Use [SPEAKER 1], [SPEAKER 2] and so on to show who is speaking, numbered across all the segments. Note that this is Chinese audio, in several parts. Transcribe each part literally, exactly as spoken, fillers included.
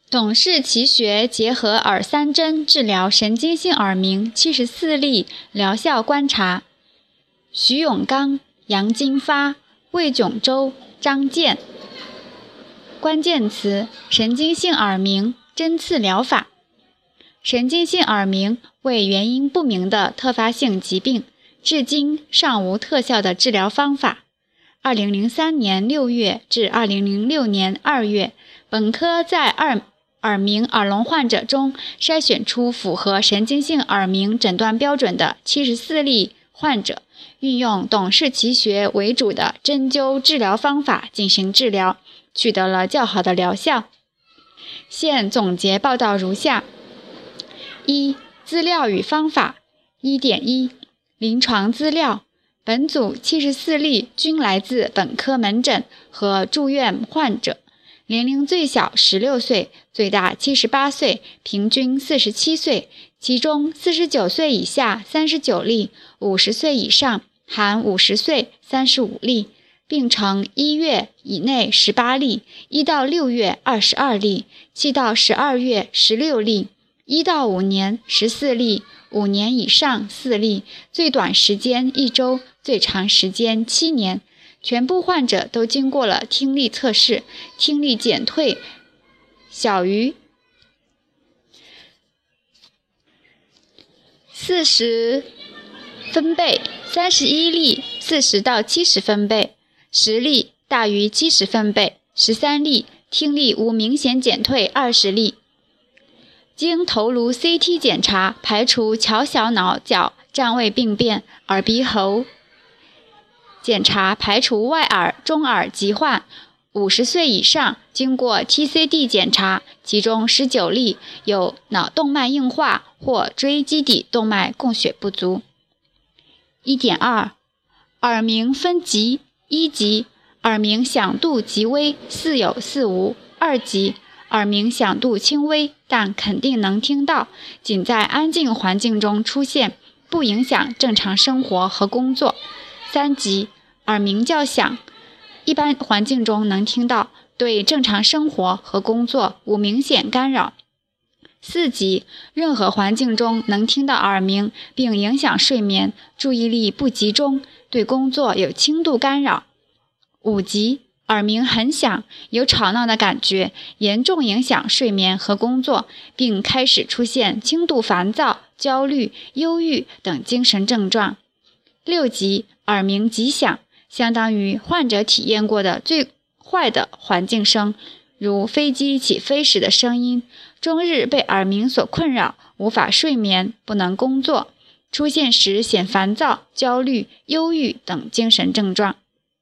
[SPEAKER 1] 董氏奇学结合耳三针治疗神经性耳鸣七十四例疗效观察。徐永刚、杨金发、魏炯洲、张健。关键词：神经性耳鸣针刺疗法。神经性耳鸣为原因不明的特发性疾病，至今尚无特效的治疗方法。二零零三年六月至二零零六年二月，本科在耳耳鸣耳聋患者中筛选出符合神经性耳鸣诊断标准的七十四例患者，运用董氏奇学为主的针灸治疗方法进行治疗，取得了较好的疗效。现总结报道如下：一、资料与方法。 一点一 临床资料。本组七十四例均来自本科门诊和住院患者，年龄最小十六岁，最大七十八岁，平均四十七岁，其中四十九岁以下三十九例，五十岁以上含五十岁三十五例，病程一月以内十八例，一到六月二十二例，七到十二月十六例，一到五年十四例，五年以上四例，最短时间一周，最长时间七年。全部患者都经过了听力测试，听力减退小于四十分贝，三十一例四十到七十分贝，十例大于七十分贝，十三例听力无明显减退，二十例。经头颅 C T 检查，排除桥小脑角占位病变，耳鼻喉检查排除外耳、中耳疾患，五十岁以上经过 T C D 检查，其中十九例有脑动脉硬化或椎基底动脉供血不足。一点二 耳鸣分级：一级耳鸣响度极微，似有似无；二级耳鸣响度轻微，但肯定能听到，仅在安静环境中出现，不影响正常生活和工作。三级耳鸣较响，一般环境中能听到，对正常生活和工作无明显干扰。四级任何环境中能听到耳鸣，并影响睡眠，注意力不集中，对工作有轻度干扰。五级耳鸣很响，有吵闹的感觉，严重影响睡眠和工作，并开始出现轻度烦躁、焦虑、忧郁等精神症状。六级耳鸣极响，相当于患者体验过的最坏的环境声，如飞机起飞时的声音，终日被耳鸣所困扰，无法睡眠，不能工作，出现时显烦躁、焦虑、忧郁等精神症状。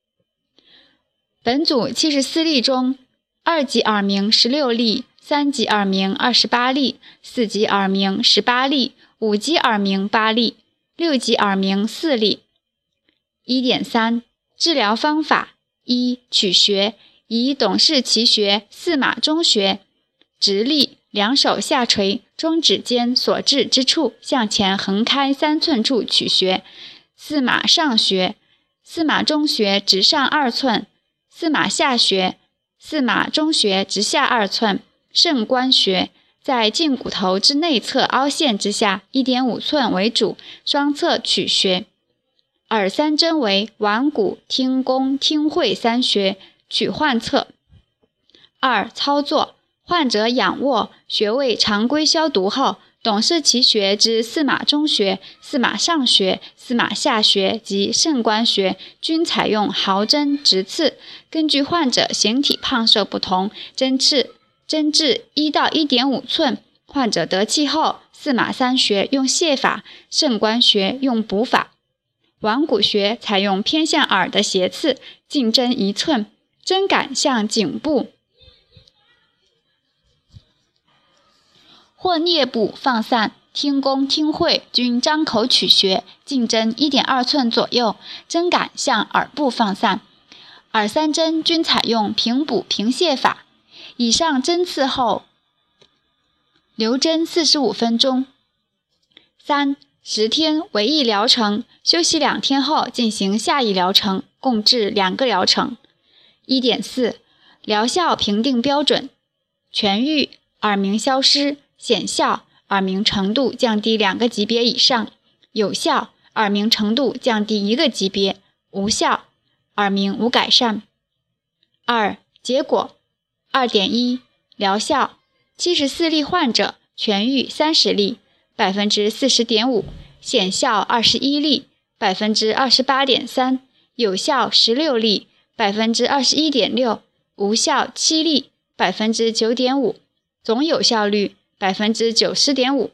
[SPEAKER 1] 本组七十四例中，二级耳鸣十六例，三级耳鸣二十八例，四级耳鸣十八例，五级耳鸣八例，六级耳鸣四例。一点三 治疗方法：一、取穴，以董氏奇学四马中穴，直立，两手下垂，中指尖所至之处向前横开三寸处取穴。四马上穴，四马中穴直上二寸，四马下穴，四马中穴直下二寸。肾关穴在胫骨头之内侧凹陷之下 一点五寸为主，双侧取穴。耳三针为腕骨、听宫、听会三穴，取患侧。二、操作：患者仰卧，穴位常规消毒后，董氏奇穴之四马中穴、四马上穴、四马下穴及肾关穴均采用毫针直刺，根据患者形体胖瘦不同，针刺针至一到一点五寸。患者得气后，四马三穴用泻法，肾关穴用补法。腕骨穴采用偏向耳的斜刺，进针一寸，针杆向颈部或颞部放散。听宫、听会均张口取穴，进针 一点二寸左右，针杆向耳部放散。耳三针均采用平补平泻法。以上针刺后，留针四十五分钟。三、十天为一疗程，休息两天后进行下一疗程，共治两个疗程。一点四 疗效评定标准：痊愈、 耳鸣消失，显效，耳鸣程度降低两个级别以上，有效，耳鸣程度降低一个级别，无效，耳鸣无改善。二、结果 二点一 疗效，七十四例患者痊愈三十例 百分之四十点五， 显效二十一例 百分之二十八点三， 有效十六例 百分之二十一点六， 无效七例 百分之九点五， 总有效率 百分之九十点五。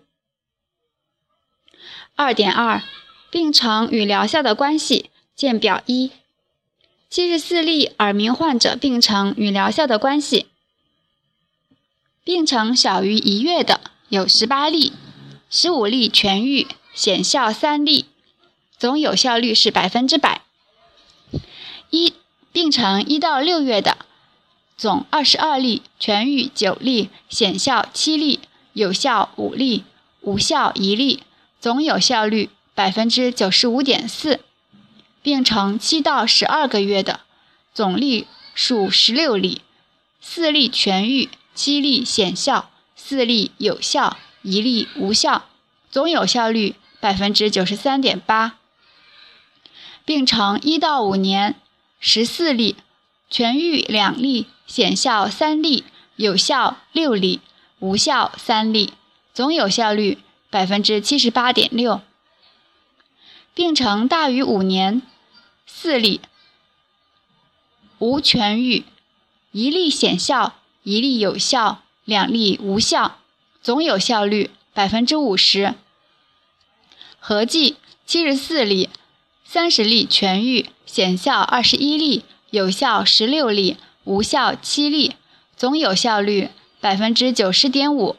[SPEAKER 1] 二点二 病程与疗效的关系见表一。七十四例耳鸣患者病程与疗效的关系，病程小于一月的有十八例，十五例痊愈，显效三例，总有效率是百分之百。一、病程一到六月的总二十二例，痊愈九例，显效七例，有效五例，无效一例，总有效率百分之九十五点四。病程七到十二个月的总例数十六例，四例痊愈，七例显效，四例有效，一例无效，总有效率百分之九十三点八。病程一到五年，十四例，痊愈两例，显效三例，有效六例，无效三例，总有效率百分之七十八点六。病程大于五年，四例，无痊愈，一例显效，一例有效，两例无效，总有效率百分之五十。合计七十四例，三十例痊愈，显效二十一例，有效十六例，无效七例，总有效率百分之九十点五。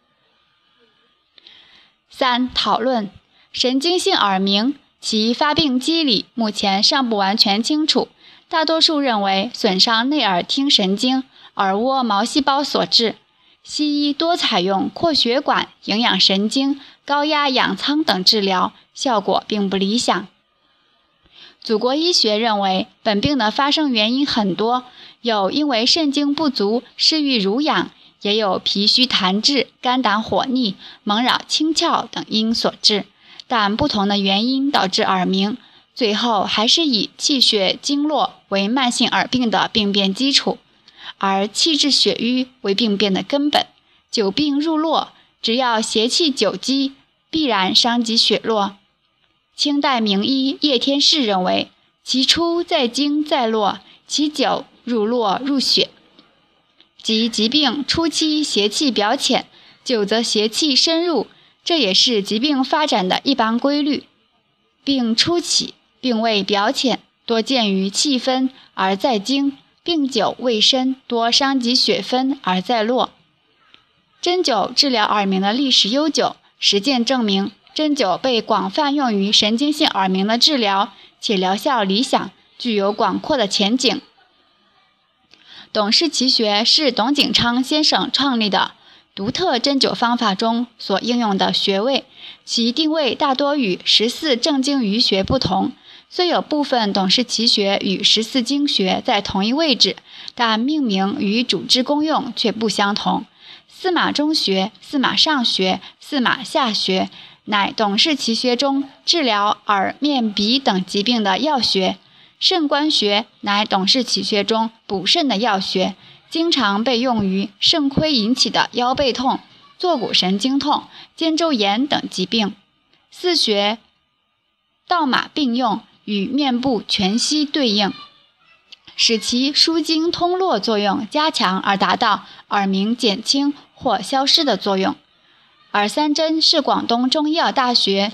[SPEAKER 1] 三、讨论神经性耳鸣，其发病机理目前尚不完全清楚，大多数认为损伤内耳听神经、耳蜗毛细胞所致。西医多采用扩血管、营养神经、高压氧舱等治疗，效果并不理想。祖国医学认为，本病的发生原因很多，有因为肾精不足、失欲濡养，也有脾虚痰滞、肝胆火逆、蒙扰清窍等因所致。但不同的原因导致耳鸣，最后还是以气血经络为慢性耳病的病变基础，而气滞血瘀为病变的根本。久病入络，只要邪气久积，必然伤及血络。清代名医叶天士认为，其出在经在络，其久入络入血，即疾病初期邪气表浅，久则邪气深入，这也是疾病发展的一般规律。病初起，病未表浅，多见于气分而在经；病久未深，多伤及血分而在络。针灸治疗耳鸣的历史悠久，实践证明，针灸被广泛用于神经性耳鸣的治疗，且疗效理想，具有广阔的前景。董氏奇学是董景昌先生创立的独特针灸方法中所应用的穴位，其定位大多与十四正经俞穴不同，虽有部分董氏奇穴与十四经穴在同一位置，但命名与主治功用却不相同。司马中穴、司马上穴、司马下穴乃董氏奇穴中治疗耳、面、鼻等疾病的要穴，肾关穴乃董氏奇穴中补肾的要穴，经常被用于肾亏引起的腰背痛、坐骨神经痛、肩周炎等疾病。四穴道马并用，与面部全息对应，使其疏经通络作用加强，而达到耳鸣减轻或消失的作用。耳三针是广东中医药大学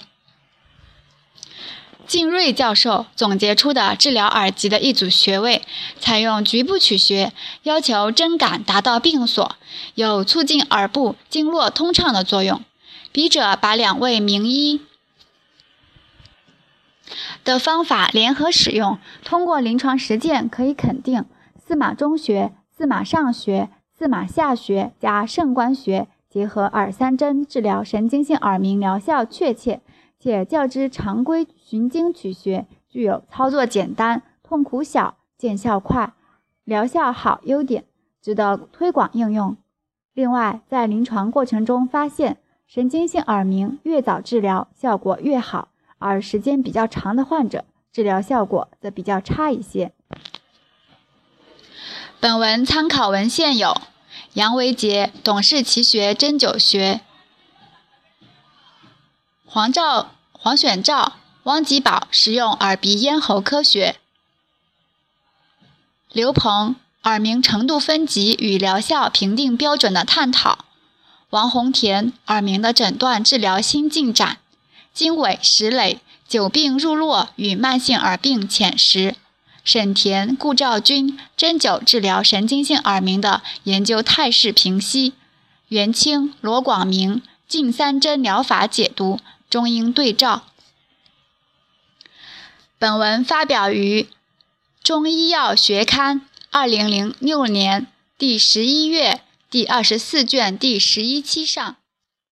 [SPEAKER 1] 靳瑞教授总结出的治疗耳疾的一组穴位，采用局部取穴，要求针感达到病所，有促进耳部经络通畅的作用。笔者把两位名医的方法联合使用，通过临床实践可以肯定，司马中穴、司马上穴、司马下穴加肾关穴结合耳三针治疗神经性耳鸣疗效确切，且较之常规循经取穴具有操作简单、痛苦小、见效快、疗效好优点，值得推广应用。 另外，在临床过程中发现，神经性耳鸣越早治疗效果越好，而时间比较长的患者治疗效果则比较差一些。本文参考文献有杨维杰《董氏奇学针灸学》，黄照、黄选照、汪吉宝实用耳鼻咽喉科学，刘鹏耳鸣程度分级与疗效评定标准的探讨，王洪田耳鸣的诊断治疗新进展，经纬石磊久病入络与慢性耳病浅识，沈田、顾兆军针灸治疗神经性耳鸣的研究态势评析，袁清、罗广明近三针疗法解读，中英对照。本文发表于《中医药学刊》二零零六年第十一月第二十四卷第十一期上。